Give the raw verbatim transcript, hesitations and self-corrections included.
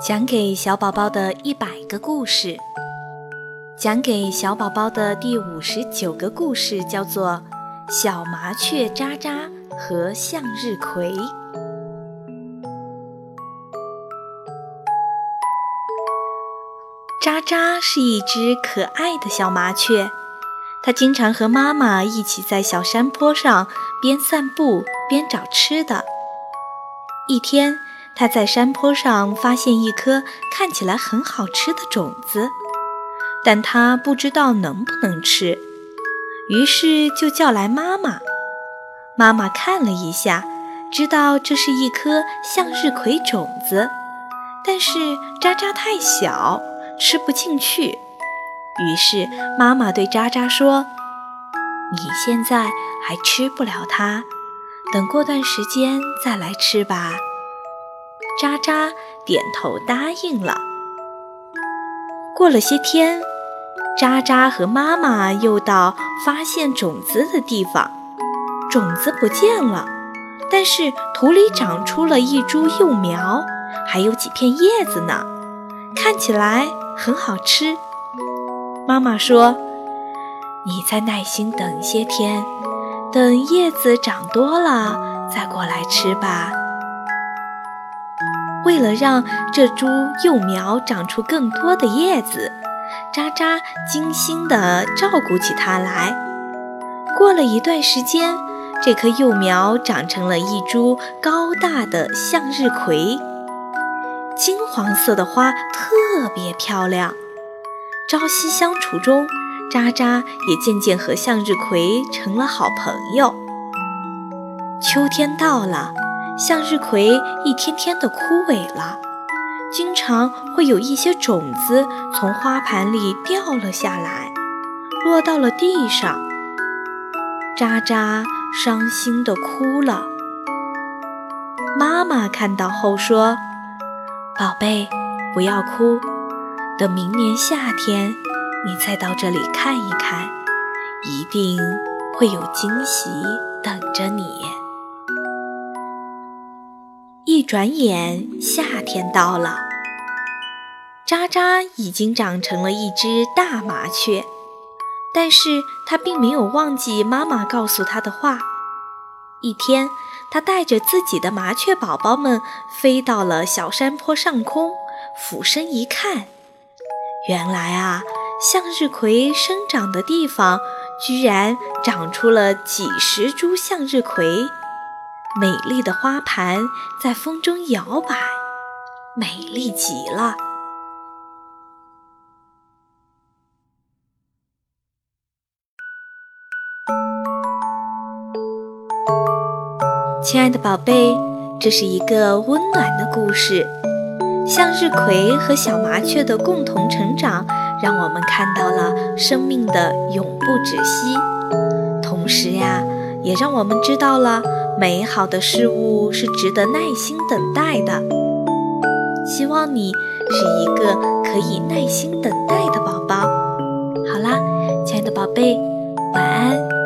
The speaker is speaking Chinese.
讲给小宝宝的一百个故事，讲给小宝宝的第五十九个故事叫做《小麻雀喳喳和向日葵》。喳喳是一只可爱的小麻雀，它经常和妈妈一起在小山坡上边散步边找吃的。一天，它在山坡上发现一颗看起来很好吃的种子，但它不知道能不能吃，于是就叫来妈妈。妈妈看了一下，知道这是一颗向日葵种子，但是喳喳太小，吃不进去。于是妈妈对喳喳说：“你现在还吃不了它，等过段时间再来吃吧。”喳喳点头答应了。过了些天，喳喳和妈妈又到发现种子的地方，种子不见了，但是土里长出了一株幼苗，还有几片叶子呢，看起来很好吃。妈妈说：“你再耐心等些天，等叶子长多了再过来吃吧。”为了让这株幼苗长出更多的叶子，喳喳精心地照顾起它来。过了一段时间，这棵幼苗长成了一株高大的向日葵，金黄色的花特别漂亮。朝夕相处中，喳喳也渐渐和向日葵成了好朋友。秋天到了，向日葵一天天地枯萎了，经常会有一些种子从花盘里掉了下来，落到了地上。喳喳伤心地哭了。妈妈看到后说：“宝贝，不要哭，等明年夏天你再到这里看一看，一定会有惊喜等着你。”一转眼，夏天到了，喳喳已经长成了一只大麻雀，但是它并没有忘记妈妈告诉它的话。一天，它带着自己的麻雀宝宝们飞到了小山坡上空，俯身一看，原来啊，向日葵生长的地方居然长出了几十株向日葵，美丽的花盘在风中摇摆，美丽极了。亲爱的宝贝，这是一个温暖的故事。向日葵和小麻雀的共同成长，让我们看到了生命的永不止息。同时呀，也让我们知道了美好的事物是值得耐心等待的。希望你是一个可以耐心等待的宝宝。好啦，亲爱的宝贝，晚安。